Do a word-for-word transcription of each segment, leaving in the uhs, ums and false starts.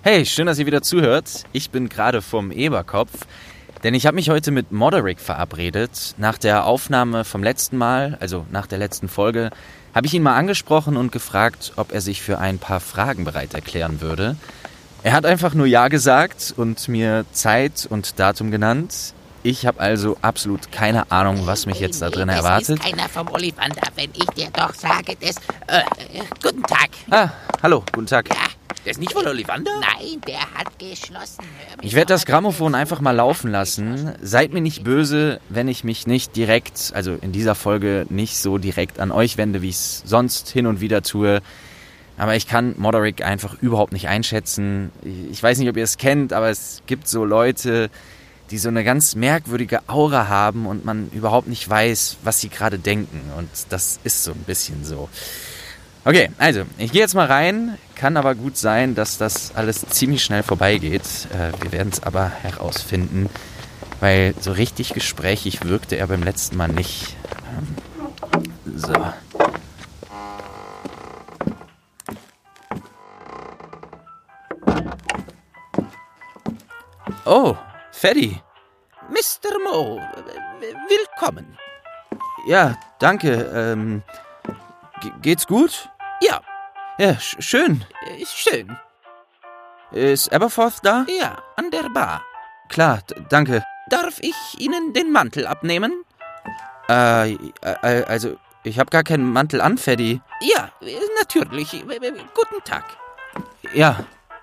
Hey, schön, dass ihr wieder zuhört. Ich bin gerade vom Eberkopf, denn ich habe mich heute mit Moderick verabredet. Nach der Aufnahme vom letzten Mal, also nach der letzten Folge, habe ich ihn mal angesprochen und gefragt, ob er sich für ein paar Fragen bereit erklären würde. Er hat einfach nur Ja gesagt und mir Zeit und Datum genannt. Ich habe also absolut keine Ahnung, was mich jetzt da drin das erwartet. Das ist keiner vom Ollivander, wenn ich dir doch sage, das... Äh, äh, guten Tag. Ah, hallo, guten Tag. Ja. Der ist nicht von Ollivander? Nein, der hat geschlossen. Ich werde das Grammophon einfach mal laufen lassen. Seid mir nicht böse, wenn ich mich nicht direkt, also in dieser Folge nicht so direkt an euch wende, wie ich es sonst hin und wieder tue. Aber ich kann Moderick einfach überhaupt nicht einschätzen. Ich weiß nicht, ob ihr es kennt, aber es gibt so Leute, die so eine ganz merkwürdige Aura haben und man überhaupt nicht weiß, was sie gerade denken. Und das ist so ein bisschen so. Okay, also, ich gehe jetzt mal rein. Kann aber gut sein, dass das alles ziemlich schnell vorbeigeht. Äh, wir werden es aber herausfinden, weil so richtig gesprächig wirkte er beim letzten Mal nicht. Ähm, so. Oh, Freddy. Mister Mo, willkommen. Ja, danke. Ähm, ge- geht's gut? Ja. Ja, sch- schön. Schön. Ist Aberforth da? Ja, an der Bar. Klar, d- danke. Darf ich Ihnen den Mantel abnehmen? Äh, äh also, ich habe gar keinen Mantel an, Freddy. Ja, natürlich. Guten Tag. Ja.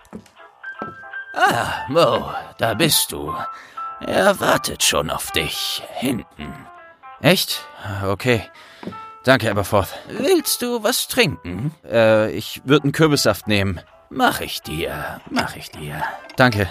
Ah, Mo, da bist du. Er wartet schon auf dich, hinten. Echt? Okay. Danke, Aberforth. Willst du was trinken? Äh, ich würde einen Kürbissaft nehmen. Mach ich dir, mach ich dir. Danke.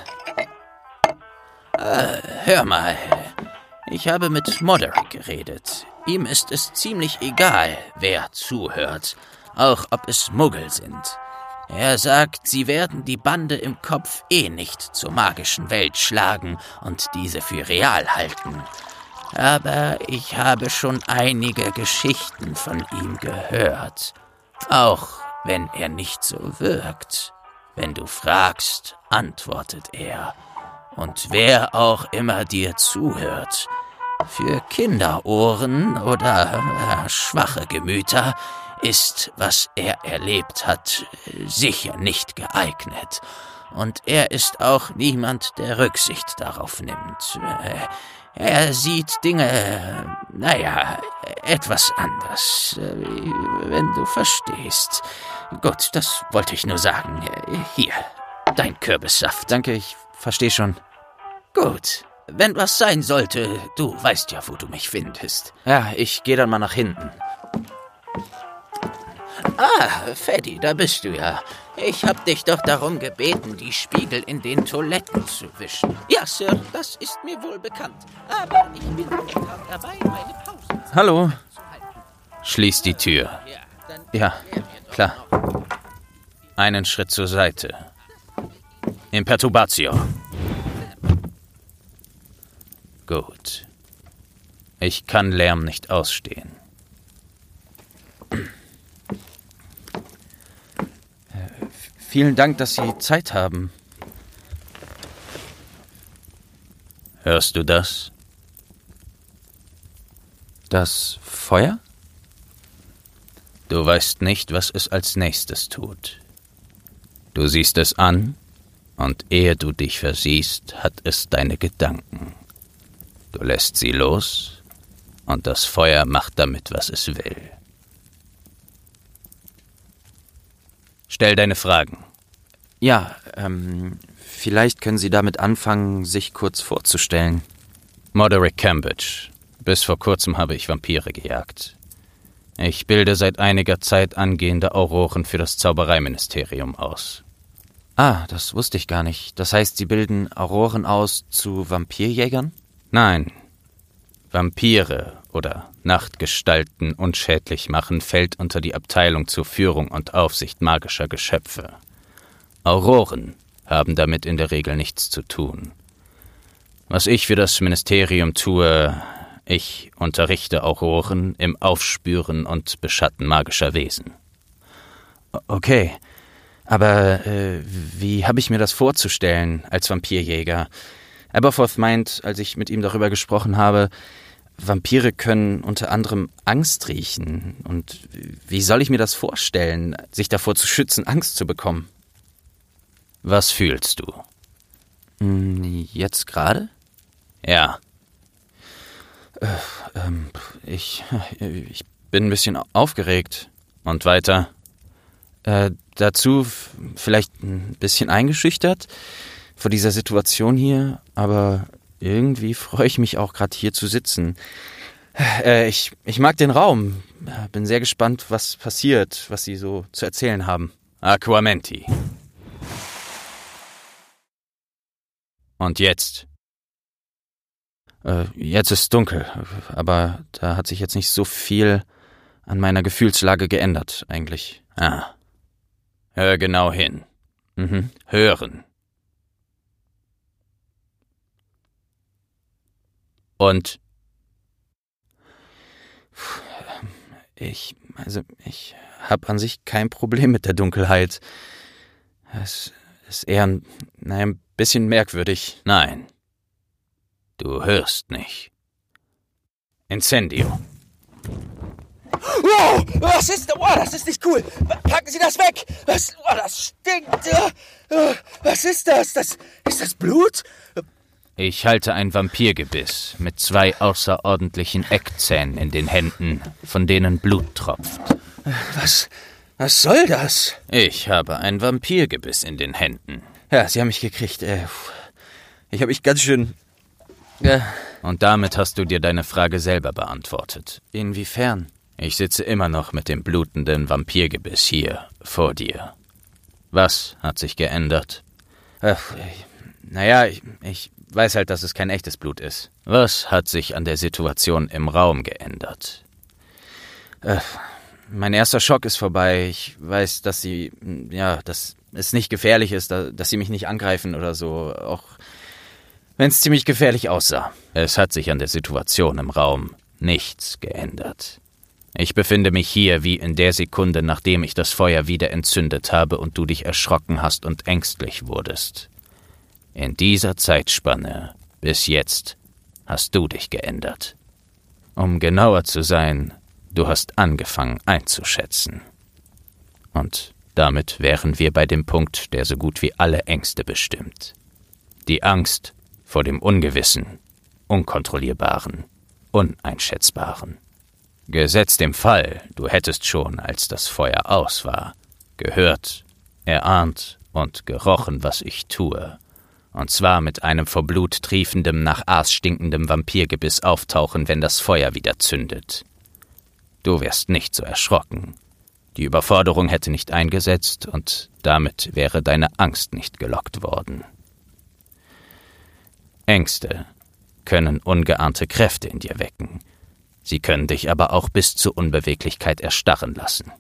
Äh, hör mal. Ich habe mit Moderick geredet. Ihm ist es ziemlich egal, wer zuhört. Auch ob es Muggel sind. Er sagt, sie werden die Bande im Kopf eh nicht zur magischen Welt schlagen und diese für real halten. Aber ich habe schon einige Geschichten von ihm gehört. Auch wenn er nicht so wirkt. Wenn du fragst, antwortet er. Und wer auch immer dir zuhört, für Kinderohren oder äh, schwache Gemüter ist, was er erlebt hat, sicher nicht geeignet. Und er ist auch niemand, der Rücksicht darauf nimmt. Er sieht Dinge, naja, etwas anders, wenn du verstehst. Gut, das wollte ich nur sagen. Hier, dein Kürbissaft. Danke, ich verstehe schon. Gut, wenn was sein sollte, du weißt ja, wo du mich findest. Ja, ich gehe dann mal nach hinten. Ah, Freddy, da bist du ja. Ich hab dich doch darum gebeten, die Spiegel in den Toiletten zu wischen. Ja, Sir, das ist mir wohl bekannt. Aber ich bin gerade dabei, meine Pause Hallo. zu halten. Schließ die Tür. Ja, dann Ja, erklär mir doch klar. noch. Einen Schritt zur Seite. Imperturbatio. Gut. Ich kann Lärm nicht ausstehen. Vielen Dank, dass Sie Zeit haben. Hörst du das? Das Feuer? Du weißt nicht, was es als nächstes tut. Du siehst es an, und ehe du dich versiehst, hat es deine Gedanken. Du lässt sie los, und das Feuer macht damit, was es will. Stell deine Fragen. Ja, ähm, vielleicht können Sie damit anfangen, sich kurz vorzustellen. Moderick Cambridge. Bis vor kurzem habe ich Vampire gejagt. Ich bilde seit einiger Zeit angehende Auroren für das Zaubereiministerium aus. Ah, das wusste ich gar nicht. Das heißt, Sie bilden Auroren aus zu Vampirjägern? Nein. Vampire oder Nachtgestalten unschädlich machen fällt unter die Abteilung zur Führung und Aufsicht magischer Geschöpfe. Auroren haben damit in der Regel nichts zu tun. Was ich für das Ministerium tue, ich unterrichte Auroren im Aufspüren und Beschatten magischer Wesen. Okay. Aber äh, wie habe ich mir das vorzustellen als Vampirjäger? Aberforth meint, als ich mit ihm darüber gesprochen habe, Vampire können unter anderem Angst riechen. Und wie soll ich mir das vorstellen, sich davor zu schützen, Angst zu bekommen? Was fühlst du? Jetzt gerade? Ja. Äh, ähm, ich, ich bin ein bisschen aufgeregt. Und weiter? Äh, dazu f- vielleicht ein bisschen eingeschüchtert vor dieser Situation hier, aber irgendwie freue ich mich auch gerade hier zu sitzen. Äh, ich, ich mag den Raum. Bin sehr gespannt, was passiert, was Sie so zu erzählen haben. Aquamenti. Und jetzt? Äh, jetzt ist dunkel, aber da hat sich jetzt nicht so viel an meiner Gefühlslage geändert, eigentlich. Ah. Hör genau hin. Mhm. Hören. Und? Ich, also, ich habe an sich kein Problem mit der Dunkelheit. Es ist eher ein, naja, ein bisschen merkwürdig. Nein. Du hörst nicht. Incendio. Wow, was ist das? Wow, das ist nicht cool. Packen Sie das weg. Was? Oh, das stinkt. Oh, was ist das? Das ist das Blut? Ich halte ein Vampirgebiss mit zwei außerordentlichen Eckzähnen in den Händen, von denen Blut tropft. Was? Was soll das? Ich habe ein Vampirgebiss in den Händen. Ja, Sie haben mich gekriegt. Äh, ich habe mich ganz schön... Äh, Und damit hast du dir deine Frage selber beantwortet. inwiefern? Ich sitze immer noch mit dem blutenden Vampirgebiss hier, vor dir. Was hat sich geändert? Äh, ich, naja, ich, ich weiß halt, dass es kein echtes Blut ist. Was hat sich an der Situation im Raum geändert? Äh, mein erster Schock ist vorbei. Ich weiß, dass sie, ja, dass es nicht gefährlich ist, dass sie mich nicht angreifen oder so, auch wenn es ziemlich gefährlich aussah. Es hat sich an der Situation im Raum nichts geändert. Ich befinde mich hier wie in der Sekunde, nachdem ich das Feuer wieder entzündet habe und du dich erschrocken hast und ängstlich wurdest. In dieser Zeitspanne, bis jetzt, hast du dich geändert. Um genauer zu sein, du hast angefangen einzuschätzen. Und damit wären wir bei dem Punkt, der so gut wie alle Ängste bestimmt. Die Angst vor dem Ungewissen, Unkontrollierbaren, Uneinschätzbaren. Gesetzt dem Fall, du hättest schon, als das Feuer aus war, gehört, erahnt und gerochen, was ich tue, und zwar mit einem vor Blut triefendem, nach Aas stinkendem Vampirgebiss auftauchen, wenn das Feuer wieder zündet. Du wärst nicht so erschrocken. Die Überforderung hätte nicht eingesetzt und damit wäre deine Angst nicht gelockt worden. Ängste können ungeahnte Kräfte in dir wecken. Sie können dich aber auch bis zur Unbeweglichkeit erstarren lassen.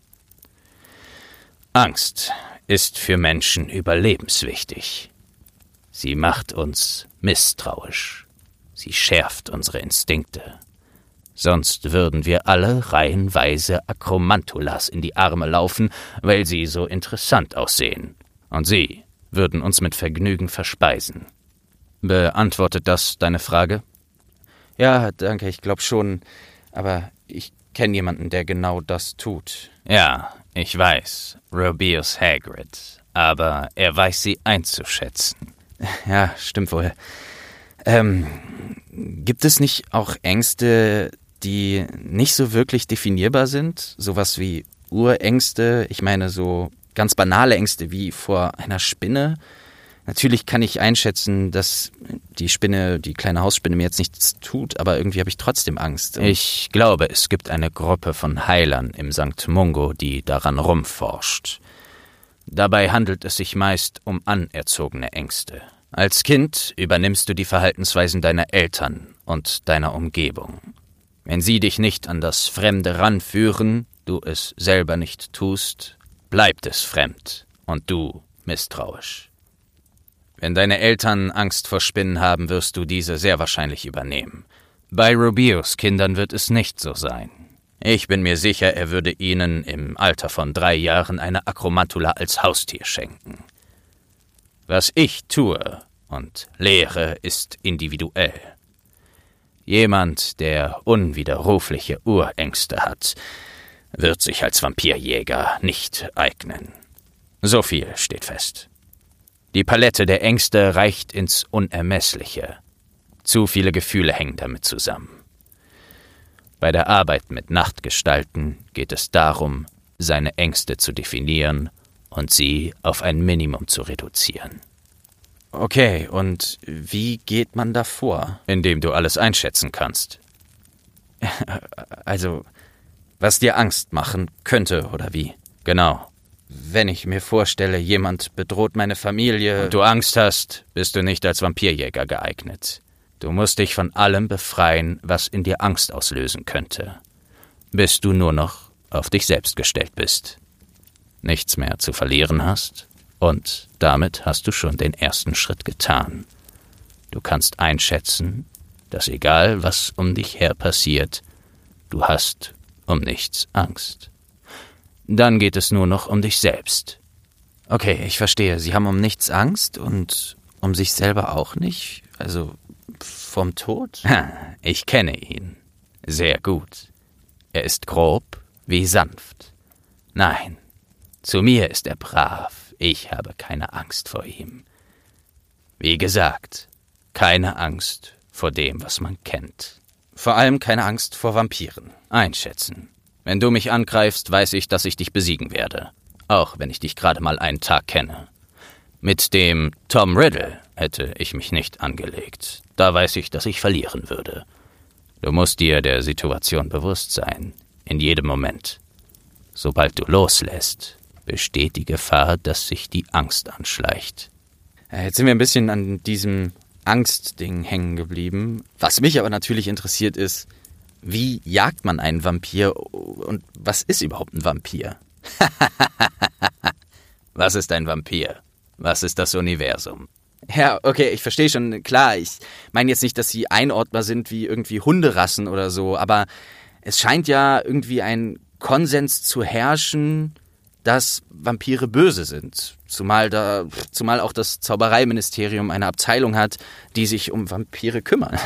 Angst ist für Menschen überlebenswichtig. Sie macht uns misstrauisch. Sie schärft unsere Instinkte. Sonst würden wir alle reihenweise Akromantulas in die Arme laufen, weil sie so interessant aussehen. Und sie würden uns mit Vergnügen verspeisen. Beantwortet das deine Frage? Ja, danke, ich glaube schon. Aber ich kenne jemanden, der genau das tut. Ja, ich weiß, Rubeus Hagrid. Aber er weiß sie einzuschätzen. Ja, stimmt wohl. Ähm, gibt es nicht auch Ängste, die nicht so wirklich definierbar sind? Sowas wie Urängste, ich meine so ganz banale Ängste wie vor einer Spinne. Natürlich kann ich einschätzen, dass die Spinne, die kleine Hausspinne mir jetzt nichts tut, aber irgendwie habe ich trotzdem Angst. Ich glaube, es gibt eine Gruppe von Heilern im Sankt Mungo, die daran rumforscht. Dabei handelt es sich meist um anerzogene Ängste. Als Kind übernimmst du die Verhaltensweisen deiner Eltern und deiner Umgebung. Wenn sie dich nicht an das Fremde ranführen, du es selber nicht tust, bleibt es fremd und du misstrauisch. Wenn deine Eltern Angst vor Spinnen haben, wirst du diese sehr wahrscheinlich übernehmen. Bei Rubeus Kindern wird es nicht so sein. Ich bin mir sicher, er würde Ihnen im Alter von drei Jahren eine Akromantula als Haustier schenken. Was ich tue und lehre, ist individuell. Jemand, der unwiderrufliche Urängste hat, wird sich als Vampirjäger nicht eignen. So viel steht fest. Die Palette der Ängste reicht ins Unermessliche. Zu viele Gefühle hängen damit zusammen. Bei der Arbeit mit Nachtgestalten geht es darum, seine Ängste zu definieren und sie auf ein Minimum zu reduzieren. Okay, und wie geht man da vor? Indem du alles einschätzen kannst. Also, was dir Angst machen könnte, oder wie? Genau. Wenn ich mir vorstelle, jemand bedroht meine Familie... Und du Angst hast, bist du nicht als Vampirjäger geeignet. Du musst dich von allem befreien, was in dir Angst auslösen könnte, bis du nur noch auf dich selbst gestellt bist, nichts mehr zu verlieren hast, und damit hast du schon den ersten Schritt getan. Du kannst einschätzen, dass egal, was um dich her passiert, du hast um nichts Angst. Dann geht es nur noch um dich selbst. Okay, ich verstehe. Sie haben um nichts Angst und um sich selber auch nicht? Also... vom Tod? Ich kenne ihn. Sehr gut. Er ist grob wie sanft. Nein, zu mir ist er brav. Ich habe keine Angst vor ihm. Wie gesagt, keine Angst vor dem, was man kennt. Vor allem keine Angst vor Vampiren. Einschätzen. Wenn du mich angreifst, weiß ich, dass ich dich besiegen werde. Auch wenn ich dich gerade mal einen Tag kenne. Mit dem Tom Riddle hätte ich mich nicht angelegt. Da weiß ich, dass ich verlieren würde. Du musst dir der Situation bewusst sein, in jedem Moment. Sobald du loslässt, besteht die Gefahr, dass sich die Angst anschleicht. Jetzt sind wir ein bisschen an diesem Angstding hängen geblieben. Was mich aber natürlich interessiert ist, wie jagt man einen Vampir und was ist überhaupt ein Vampir? Was ist ein Vampir? Was ist das Universum? Ja, okay, ich verstehe schon, klar, ich meine jetzt nicht, dass sie einordnbar sind wie irgendwie Hunderassen oder so, aber es scheint ja irgendwie ein Konsens zu herrschen, dass Vampire böse sind. Zumal da, zumal auch das Zaubereiministerium eine Abteilung hat, die sich um Vampire kümmert.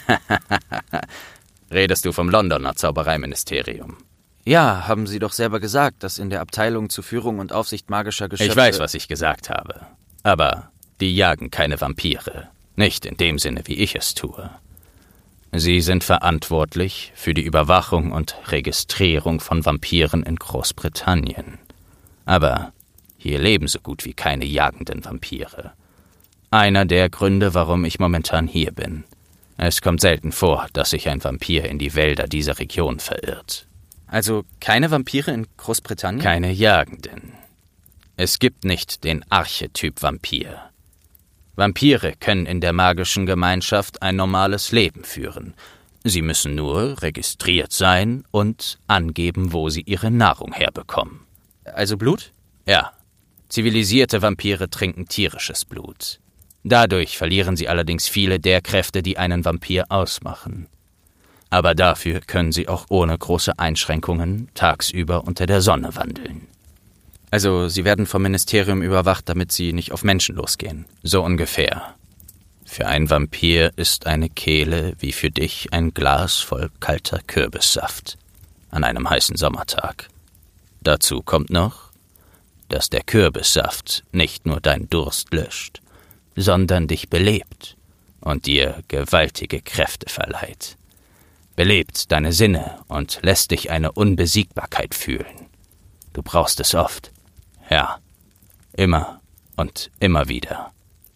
Redest du vom Londoner Zaubereiministerium? Ja, haben Sie doch selber gesagt, dass in der Abteilung zur Führung und Aufsicht magischer Geschöpfe... Ich weiß, was ich gesagt habe. Aber die jagen keine Vampire. Nicht in dem Sinne, wie ich es tue. Sie sind verantwortlich für die Überwachung und Registrierung von Vampiren in Großbritannien. Aber hier leben so gut wie keine jagenden Vampire. Einer der Gründe, warum ich momentan hier bin. Es kommt selten vor, dass sich ein Vampir in die Wälder dieser Region verirrt. Also keine Vampire in Großbritannien? Keine jagenden. Es gibt nicht den Archetyp Vampir. Vampire können in der magischen Gemeinschaft ein normales Leben führen. Sie müssen nur registriert sein und angeben, wo sie ihre Nahrung herbekommen. Also Blut? Ja. Zivilisierte Vampire trinken tierisches Blut. Dadurch verlieren sie allerdings viele der Kräfte, die einen Vampir ausmachen. Aber dafür können sie auch ohne große Einschränkungen tagsüber unter der Sonne wandeln. Also sie werden vom Ministerium überwacht, damit sie nicht auf Menschen losgehen? So ungefähr. Für einen Vampir ist eine Kehle wie für dich ein Glas voll kalter Kürbissaft an einem heißen Sommertag. Dazu kommt noch, dass der Kürbissaft nicht nur deinen Durst löscht, sondern dich belebt und dir gewaltige Kräfte verleiht. Belebt deine Sinne und lässt dich eine Unbesiegbarkeit fühlen. Du brauchst es oft. Ja, immer und immer wieder.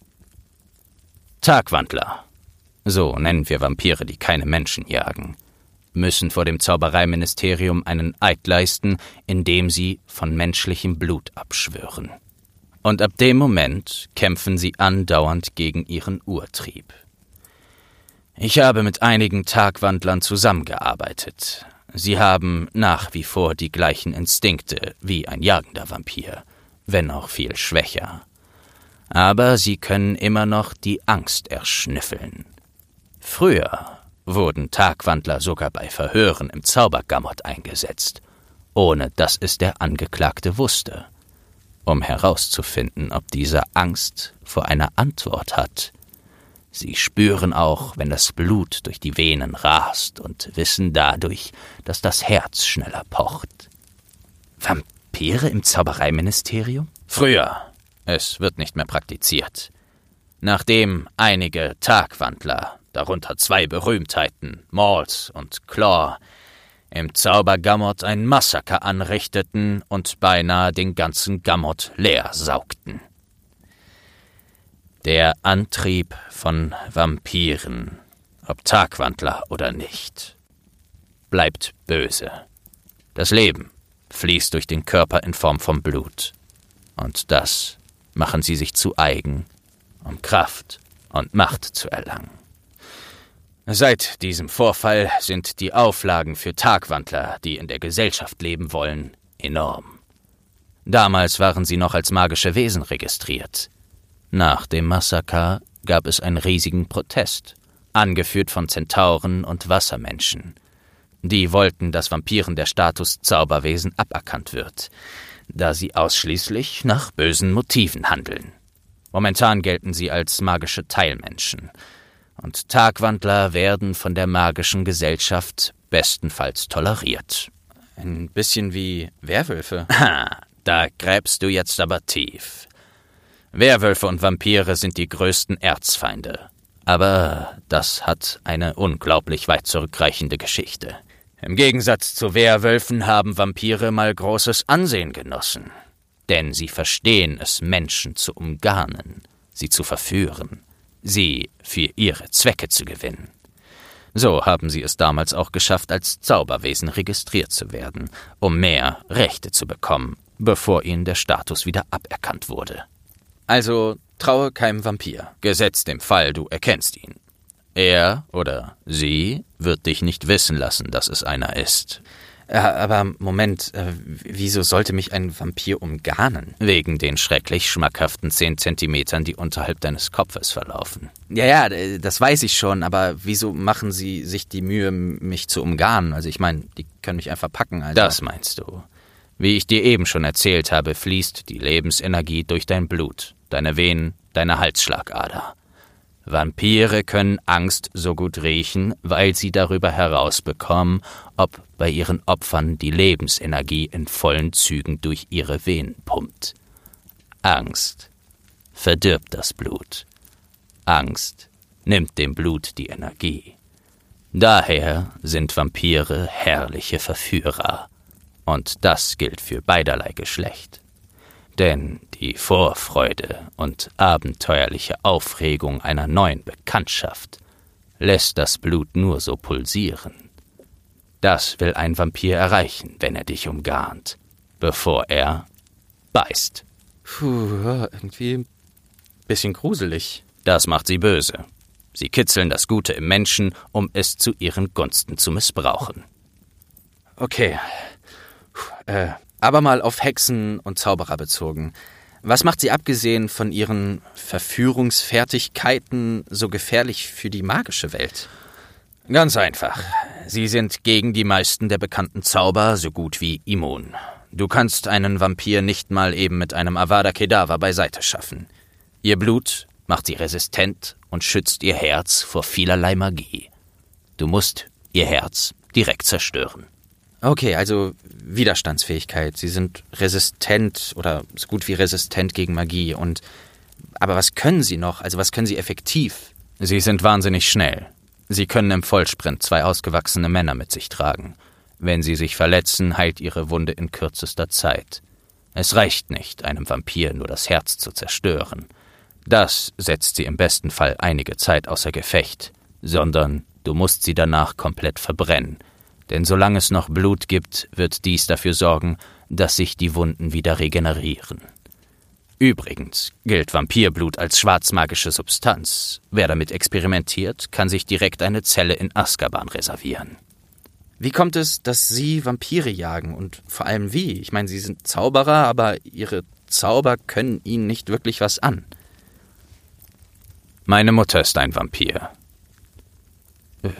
Tagwandler, so nennen wir Vampire, die keine Menschen jagen, müssen vor dem Zaubereiministerium einen Eid leisten, indem sie von menschlichem Blut abschwören. Und ab dem Moment kämpfen sie andauernd gegen ihren Urtrieb. Ich habe mit einigen Tagwandlern zusammengearbeitet. Sie haben nach wie vor die gleichen Instinkte wie ein jagender Vampir, wenn auch viel schwächer. Aber sie können immer noch die Angst erschnüffeln. Früher wurden Tagwandler sogar bei Verhören im Zaubergamot eingesetzt, ohne dass es der Angeklagte wusste, um herauszufinden, ob dieser Angst vor einer Antwort hat. Sie spüren auch, wenn das Blut durch die Venen rast und wissen dadurch, dass das Herz schneller pocht. Vampire im Zaubereiministerium? Früher. Es wird nicht mehr praktiziert. Nachdem einige Tagwandler, darunter zwei Berühmtheiten, Malls und Claw, im Zaubergamot ein Massaker anrichteten und beinahe den ganzen Gamot leer saugten. Der Antrieb von Vampiren, ob Tagwandler oder nicht, bleibt böse. Das Leben fließt durch den Körper in Form von Blut. Und das machen sie sich zu eigen, um Kraft und Macht zu erlangen. Seit diesem Vorfall sind die Auflagen für Tagwandler, die in der Gesellschaft leben wollen, enorm. Damals waren sie noch als magische Wesen registriert. Nach dem Massaker gab es einen riesigen Protest, angeführt von Zentauren und Wassermenschen. Die wollten, dass Vampiren der Status Zauberwesen aberkannt wird, da sie ausschließlich nach bösen Motiven handeln. Momentan gelten sie als magische Teilmenschen. Und Tagwandler werden von der magischen Gesellschaft bestenfalls toleriert. Ein bisschen wie Werwölfe. Ha, da gräbst du jetzt aber tief. Werwölfe und Vampire sind die größten Erzfeinde. Aber das hat eine unglaublich weit zurückreichende Geschichte. Im Gegensatz zu Werwölfen haben Vampire mal großes Ansehen genossen. Denn sie verstehen es, Menschen zu umgarnen, sie zu verführen, sie für ihre Zwecke zu gewinnen. So haben sie es damals auch geschafft, als Zauberwesen registriert zu werden, um mehr Rechte zu bekommen, bevor ihnen der Status wieder aberkannt wurde. Also traue keinem Vampir. Gesetzt dem Fall, du erkennst ihn. Er oder sie wird dich nicht wissen lassen, dass es einer ist. Ja, aber Moment, äh, wieso sollte mich ein Vampir umgarnen? Wegen den schrecklich schmackhaften zehn Zentimetern, die unterhalb deines Kopfes verlaufen. Ja, ja, das weiß ich schon, aber wieso machen sie sich die Mühe, mich zu umgarnen? Also ich meine, die können mich einfach packen. Also. Das meinst du. Wie ich dir eben schon erzählt habe, fließt die Lebensenergie durch dein Blut, deine Venen, deine Halsschlagader. Vampire können Angst so gut riechen, weil sie darüber herausbekommen, ob bei ihren Opfern die Lebensenergie in vollen Zügen durch ihre Venen pumpt. Angst verdirbt das Blut. Angst nimmt dem Blut die Energie. Daher sind Vampire herrliche Verführer. Und das gilt für beiderlei Geschlecht. Denn die Vorfreude und abenteuerliche Aufregung einer neuen Bekanntschaft lässt das Blut nur so pulsieren. Das will ein Vampir erreichen, wenn er dich umgarnt, bevor er beißt. Puh, irgendwie ein bisschen gruselig. Das macht sie böse. Sie kitzeln das Gute im Menschen, um es zu ihren Gunsten zu missbrauchen. Okay, äh, aber mal auf Hexen und Zauberer bezogen. Was macht sie abgesehen von ihren Verführungsfertigkeiten so gefährlich für die magische Welt? Ganz einfach. Sie sind gegen die meisten der bekannten Zauber so gut wie immun. Du kannst einen Vampir nicht mal eben mit einem Avada Kedavra beiseite schaffen. Ihr Blut macht sie resistent und schützt ihr Herz vor vielerlei Magie. Du musst ihr Herz direkt zerstören. Okay, also Widerstandsfähigkeit. Sie sind resistent oder so gut wie resistent gegen Magie. Und aber was können sie noch? Also was können sie effektiv? Sie sind wahnsinnig schnell. Sie können im Vollsprint zwei ausgewachsene Männer mit sich tragen. Wenn sie sich verletzen, heilt ihre Wunde in kürzester Zeit. Es reicht nicht, einem Vampir nur das Herz zu zerstören. Das setzt sie im besten Fall einige Zeit außer Gefecht, sondern du musst sie danach komplett verbrennen. Denn solange es noch Blut gibt, wird dies dafür sorgen, dass sich die Wunden wieder regenerieren. Übrigens gilt Vampirblut als schwarzmagische Substanz. Wer damit experimentiert, kann sich direkt eine Zelle in Azkaban reservieren. Wie kommt es, dass Sie Vampire jagen und vor allem wie? Ich meine, Sie sind Zauberer, aber Ihre Zauber können Ihnen nicht wirklich was an. Meine Mutter ist ein Vampir.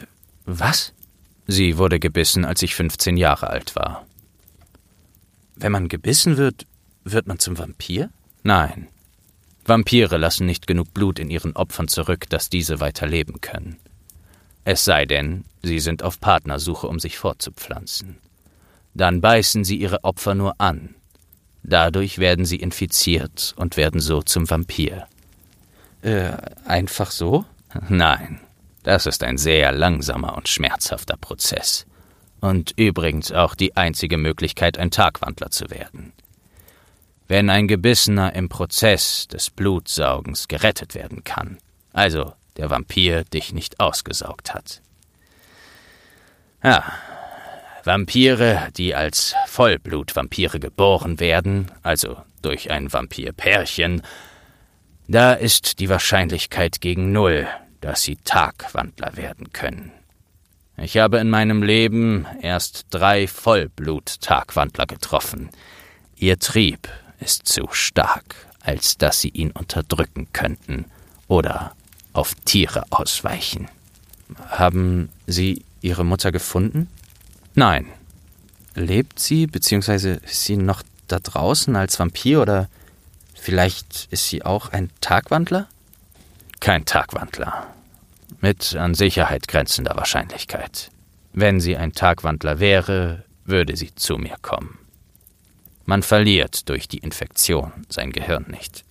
Was? Sie wurde gebissen, als ich fünfzehn Jahre alt war. Wenn man gebissen wird, wird man zum Vampir? Nein. Vampire lassen nicht genug Blut in ihren Opfern zurück, dass diese weiter leben können. Es sei denn, sie sind auf Partnersuche, um sich fortzupflanzen. Dann beißen sie ihre Opfer nur an. Dadurch werden sie infiziert und werden so zum Vampir. Äh, einfach so? Nein, das ist ein sehr langsamer und schmerzhafter Prozess. Und übrigens auch die einzige Möglichkeit, ein Tagwandler zu werden. Wenn ein Gebissener im Prozess des Blutsaugens gerettet werden kann, also der Vampir dich nicht ausgesaugt hat. Ja, Vampire, die als Vollblutvampire geboren werden, also durch ein Vampirpärchen, da ist die Wahrscheinlichkeit gegen null, dass sie Tagwandler werden können. Ich habe in meinem Leben erst drei Vollblut-Tagwandler getroffen. Ihr Trieb ist zu stark, als dass sie ihn unterdrücken könnten oder auf Tiere ausweichen. Haben Sie Ihre Mutter gefunden? Nein. Lebt sie, beziehungsweise ist sie noch da draußen als Vampir oder vielleicht ist sie auch ein Tagwandler? Kein Tagwandler. Mit an Sicherheit grenzender Wahrscheinlichkeit. Wenn sie ein Tagwandler wäre, würde sie zu mir kommen. Man verliert durch die Infektion sein Gehirn nicht.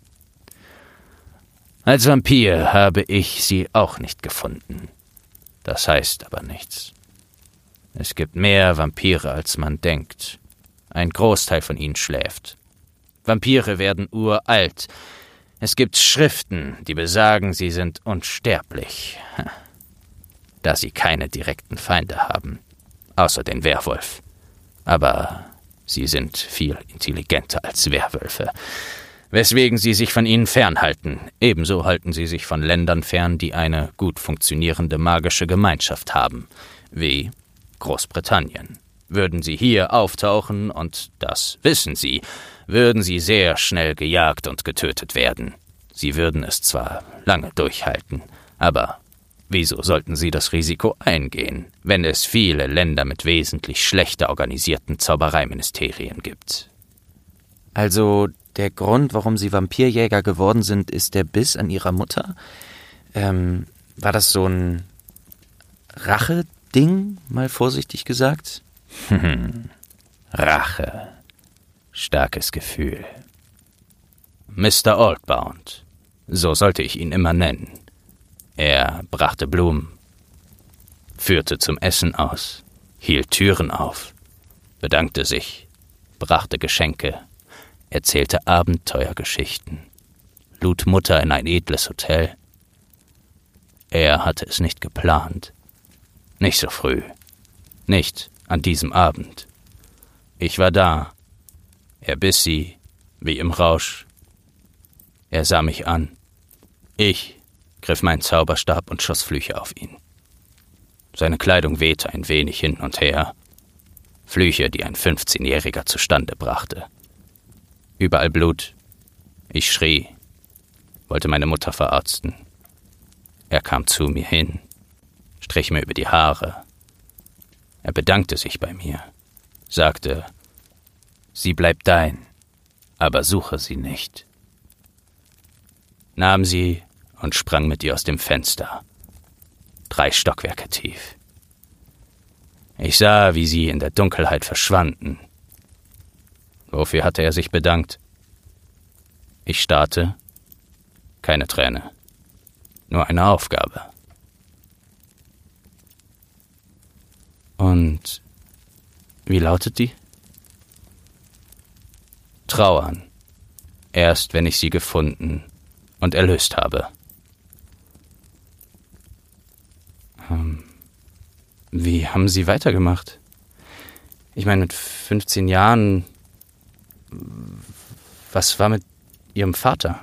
Als Vampir habe ich sie auch nicht gefunden. Das heißt aber nichts. Es gibt mehr Vampire, als man denkt. Ein Großteil von ihnen schläft. Vampire werden uralt. Es gibt Schriften, die besagen, sie sind unsterblich. Da sie keine direkten Feinde haben, außer den Werwolf. Aber sie sind viel intelligenter als Werwölfe, weswegen sie sich von ihnen fernhalten. Ebenso halten sie sich von Ländern fern, die eine gut funktionierende magische Gemeinschaft haben, wie Großbritannien. Würden sie hier auftauchen, und das wissen sie, würden sie sehr schnell gejagt und getötet werden. Sie würden es zwar lange durchhalten, aber wieso sollten sie das Risiko eingehen, wenn es viele Länder mit wesentlich schlechter organisierten Zaubereiministerien gibt? Also der Grund, warum Sie Vampirjäger geworden sind, ist der Biss an Ihrer Mutter? Ähm, war das so ein Rache-Ding, mal vorsichtig gesagt? Rache. Starkes Gefühl. Mister Oldbound, so sollte ich ihn immer nennen. Er brachte Blumen, führte zum Essen aus, hielt Türen auf, bedankte sich, brachte Geschenke, erzählte Abenteuergeschichten, lud Mutter in ein edles Hotel. Er hatte es nicht geplant. Nicht so früh. Nicht an diesem Abend. Ich war da. Er biss sie, wie im Rausch. Er sah mich an. Ich griff meinen Zauberstab und schoss Flüche auf ihn. Seine Kleidung wehte ein wenig hin und her. Flüche, die ein fünfzehnjähriger zustande brachte. Überall Blut. Ich schrie, wollte meine Mutter verarzten. Er kam zu mir hin, strich mir über die Haare. Er bedankte sich bei mir, sagte, sie bleibt dein, aber suche sie nicht. Nahm sie und sprang mit ihr aus dem Fenster, drei Stockwerke tief. Ich sah, wie sie in der Dunkelheit verschwanden. Wofür hatte er sich bedankt? Ich starrte, keine Träne, nur eine Aufgabe. Und wie lautet die? Trauern, erst wenn ich sie gefunden und erlöst habe. Hm. Wie haben Sie weitergemacht? Ich meine, mit fünfzehn Jahren, was war mit Ihrem Vater?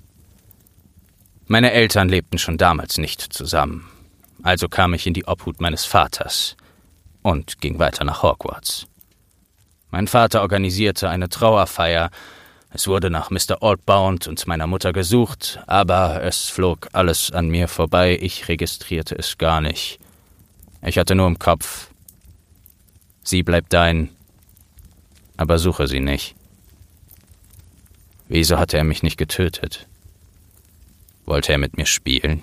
Meine Eltern lebten schon damals nicht zusammen, also kam ich in die Obhut meines Vaters und ging weiter nach Hogwarts. Mein Vater organisierte eine Trauerfeier. Es wurde nach Mister Oldbound und meiner Mutter gesucht, aber es flog alles an mir vorbei. Ich registrierte es gar nicht. Ich hatte nur im Kopf, sie bleibt dein, aber suche sie nicht. Wieso hatte er mich nicht getötet? Wollte er mit mir spielen?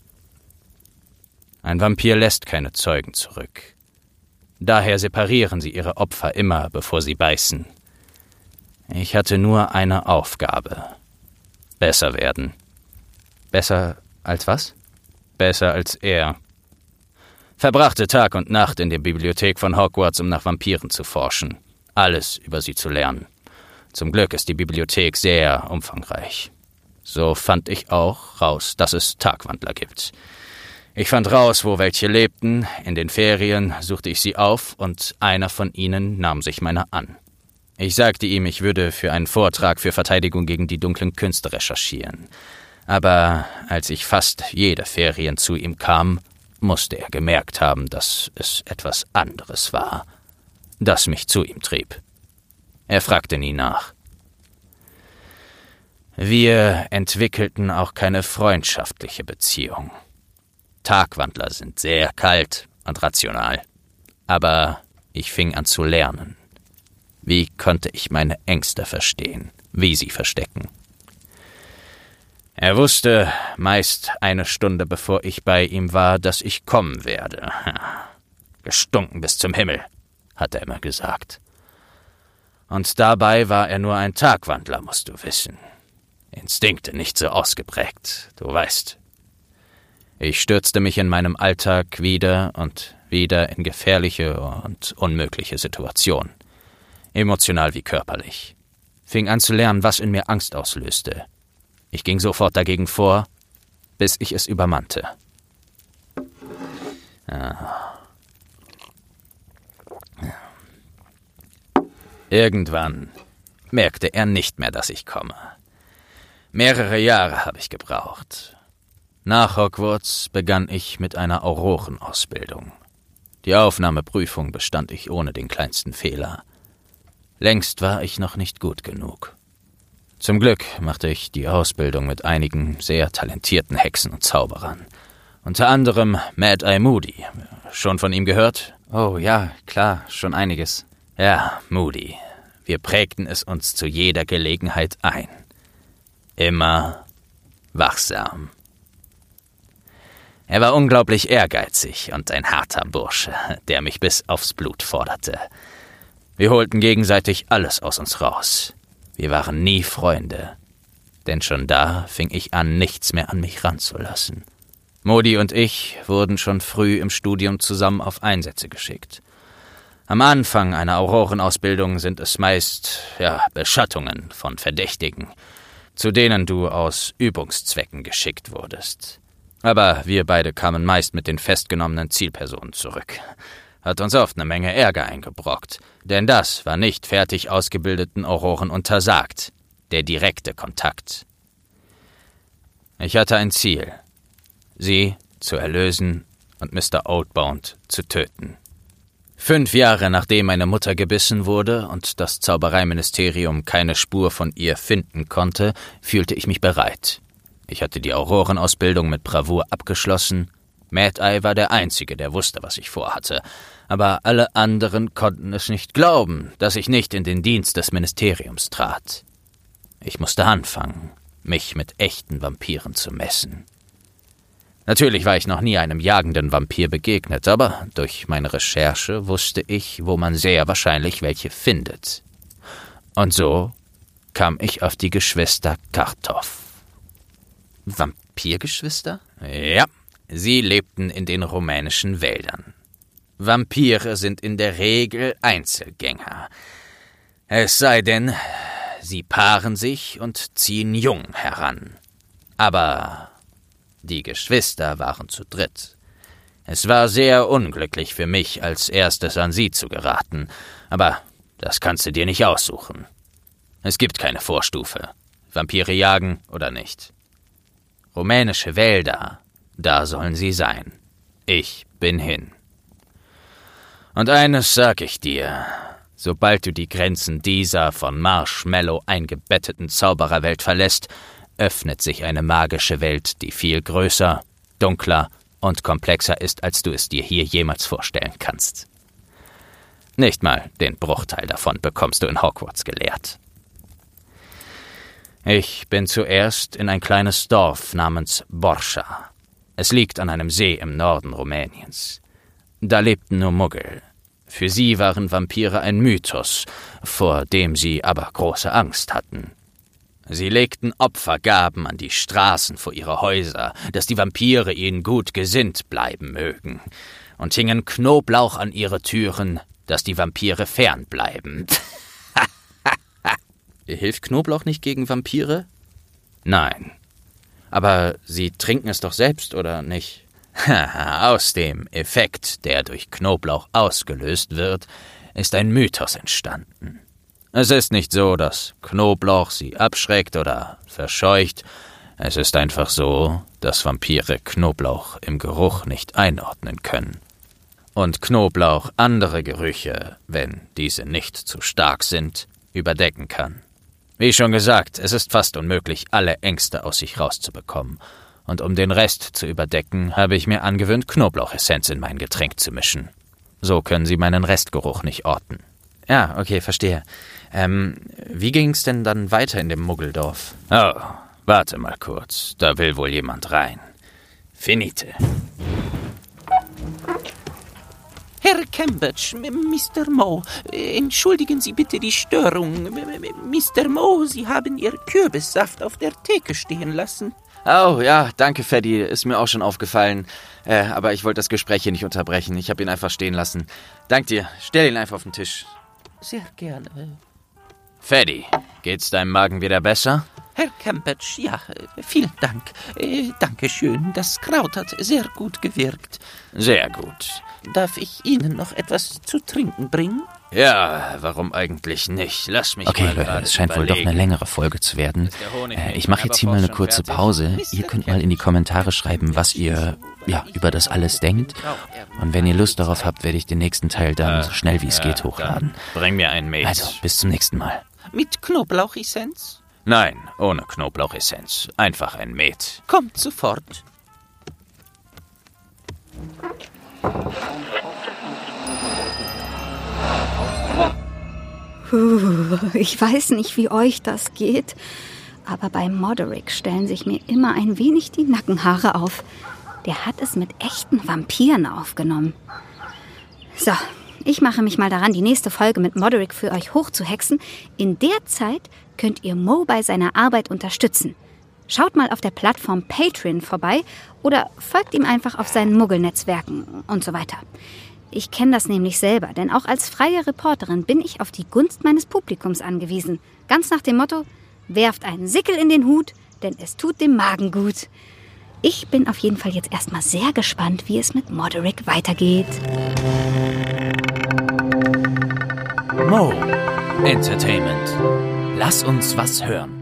Ein Vampir lässt keine Zeugen zurück. Daher separieren sie ihre Opfer immer, bevor sie beißen. Ich hatte nur eine Aufgabe. Besser werden. Besser als was? Besser als er. Verbrachte Tag und Nacht in der Bibliothek von Hogwarts, um nach Vampiren zu forschen. Alles über sie zu lernen. Zum Glück ist die Bibliothek sehr umfangreich. So fand ich auch raus, dass es Tagwandler gibt. Ich fand raus, wo welche lebten. In den Ferien suchte ich sie auf und einer von ihnen nahm sich meiner an. Ich sagte ihm, ich würde für einen Vortrag für Verteidigung gegen die dunklen Künste recherchieren. Aber als ich fast jede Ferien zu ihm kam, musste er gemerkt haben, dass es etwas anderes war, das mich zu ihm trieb. Er fragte nie nach. Wir entwickelten auch keine freundschaftliche Beziehung. Tagwandler sind sehr kalt und rational. Aber ich fing an zu lernen. Wie konnte ich meine Ängste verstehen, wie sie verstecken? Er wusste meist eine Stunde, bevor ich bei ihm war, dass ich kommen werde. Gestunken bis zum Himmel, hat er immer gesagt. Und dabei war er nur ein Tagwandler, musst du wissen. Instinkte nicht so ausgeprägt, du weißt. Ich stürzte mich in meinem Alltag wieder und wieder in gefährliche und unmögliche Situationen. Emotional wie körperlich. Fing an zu lernen, was in mir Angst auslöste. Ich ging sofort dagegen vor, bis ich es übermannte. Ah. Irgendwann merkte er nicht mehr, dass ich komme. Mehrere Jahre habe ich gebraucht. Nach Hogwarts begann ich mit einer Aurorenausbildung. Die Aufnahmeprüfung bestand ich ohne den kleinsten Fehler. Längst war ich noch nicht gut genug. Zum Glück machte ich die Ausbildung mit einigen sehr talentierten Hexen und Zauberern. Unter anderem Mad-Eye Moody. Schon von ihm gehört? Oh ja, klar, schon einiges. Ja, Moody. Wir prägten es uns zu jeder Gelegenheit ein. Immer wachsam. Er war unglaublich ehrgeizig und ein harter Bursche, der mich bis aufs Blut forderte. Wir holten gegenseitig alles aus uns raus. Wir waren nie Freunde, denn schon da fing ich an, nichts mehr an mich ranzulassen. Modi und ich wurden schon früh im Studium zusammen auf Einsätze geschickt. Am Anfang einer Aurorenausbildung sind es meist, ja, Beschattungen von Verdächtigen, zu denen du aus Übungszwecken geschickt wurdest. Aber wir beide kamen meist mit den festgenommenen Zielpersonen zurück. Hat uns oft eine Menge Ärger eingebrockt, denn das war nicht fertig ausgebildeten Auroren untersagt, der direkte Kontakt. Ich hatte ein Ziel, sie zu erlösen und Mister Oldbound zu töten. Fünf Jahre nachdem meine Mutter gebissen wurde und das Zaubereiministerium keine Spur von ihr finden konnte, fühlte ich mich bereit. Ich hatte die Aurorenausbildung mit Bravour abgeschlossen. Mad-Eye war der Einzige, der wusste, was ich vorhatte. Aber alle anderen konnten es nicht glauben, dass ich nicht in den Dienst des Ministeriums trat. Ich musste anfangen, mich mit echten Vampiren zu messen. Natürlich war ich noch nie einem jagenden Vampir begegnet, aber durch meine Recherche wusste ich, wo man sehr wahrscheinlich welche findet. Und so kam ich auf die Geschwister Kartoff. Vampirgeschwister? Ja, sie lebten in den rumänischen Wäldern. Vampire sind in der Regel Einzelgänger. Es sei denn, sie paaren sich und ziehen jung heran. Aber die Geschwister waren zu dritt. Es war sehr unglücklich für mich, als erstes an sie zu geraten, aber das kannst du dir nicht aussuchen. Es gibt keine Vorstufe. Vampire jagen oder nicht. Rumänische Wälder, da sollen sie sein. Ich bin hin. Und eines sag ich dir, sobald du die Grenzen dieser von Marshmallow eingebetteten Zaubererwelt verlässt, öffnet sich eine magische Welt, die viel größer, dunkler und komplexer ist, als du es dir hier jemals vorstellen kannst. Nicht mal den Bruchteil davon bekommst du in Hogwarts gelehrt. Ich bin zuerst in ein kleines Dorf namens Borša. Es liegt an einem See im Norden Rumäniens. Da lebten nur Muggel. Für sie waren Vampire ein Mythos, vor dem sie aber große Angst hatten. Sie legten Opfergaben an die Straßen vor ihre Häuser, dass die Vampire ihnen gut gesinnt bleiben mögen, und hingen Knoblauch an ihre Türen, dass die Vampire fernbleiben. Hilft Knoblauch nicht gegen Vampire? Nein. Aber sie trinken es doch selbst, oder nicht? Aus dem Effekt, der durch Knoblauch ausgelöst wird, ist ein Mythos entstanden. Es ist nicht so, dass Knoblauch sie abschreckt oder verscheucht. Es ist einfach so, dass Vampire Knoblauch im Geruch nicht einordnen können. Und Knoblauch andere Gerüche, wenn diese nicht zu stark sind, überdecken kann. Wie schon gesagt, es ist fast unmöglich, alle Ängste aus sich rauszubekommen. Und um den Rest zu überdecken, habe ich mir angewöhnt, Knoblauchessenz in mein Getränk zu mischen. So können sie meinen Restgeruch nicht orten. Ja, okay, verstehe. Ähm, wie ging's denn dann weiter in dem Muggeldorf? Oh, warte mal kurz, da will wohl jemand rein. Finite. Herr Cambridge, Mister Moe, entschuldigen Sie bitte die Störung. Mister Moe, Sie haben Ihr Kürbissaft auf der Theke stehen lassen. Oh, ja, danke, Freddy. Ist mir auch schon aufgefallen. Äh, aber ich wollte das Gespräch hier nicht unterbrechen. Ich habe ihn einfach stehen lassen. Dank dir. Stell ihn einfach auf den Tisch. Sehr gerne. Freddy, geht's deinem Magen wieder besser? Herr Cambridge, ja, vielen Dank. Äh, Dankeschön. Das Kraut hat sehr gut gewirkt. Sehr gut. Darf ich Ihnen noch etwas zu trinken bringen? Ja, warum eigentlich nicht? Lass mich okay, mal Leute, gerade es scheint überlegen. wohl doch eine längere Folge zu werden. Äh, ich mache jetzt hier mal eine kurze Pause. Ihr könnt mal in die Kommentare schreiben, was ihr ja über das alles denkt. Und wenn ihr Lust darauf habt, werde ich den nächsten Teil dann so schnell wie es geht hochladen. Bring mir ein Met. Also, bis zum nächsten Mal. Mit Knoblauchessenz? Nein, ohne Knoblauchessenz. Einfach ein Met. Kommt sofort. Puh, ich weiß nicht, wie euch das geht, aber bei Moderick stellen sich mir immer ein wenig die Nackenhaare auf. Der hat es mit echten Vampiren aufgenommen. So, ich mache mich mal daran, die nächste Folge mit Moderick für euch hochzuhexen. In der Zeit könnt ihr Moe bei seiner Arbeit unterstützen. Schaut mal auf der Plattform Patreon vorbei oder folgt ihm einfach auf seinen Muggelnetzwerken und so weiter. Ich kenne das nämlich selber, denn auch als freie Reporterin bin ich auf die Gunst meines Publikums angewiesen. Ganz nach dem Motto, werft einen Sickel in den Hut, denn es tut dem Magen gut. Ich bin auf jeden Fall jetzt erstmal sehr gespannt, wie es mit Moderick weitergeht. Moe Entertainment. Lass uns was hören.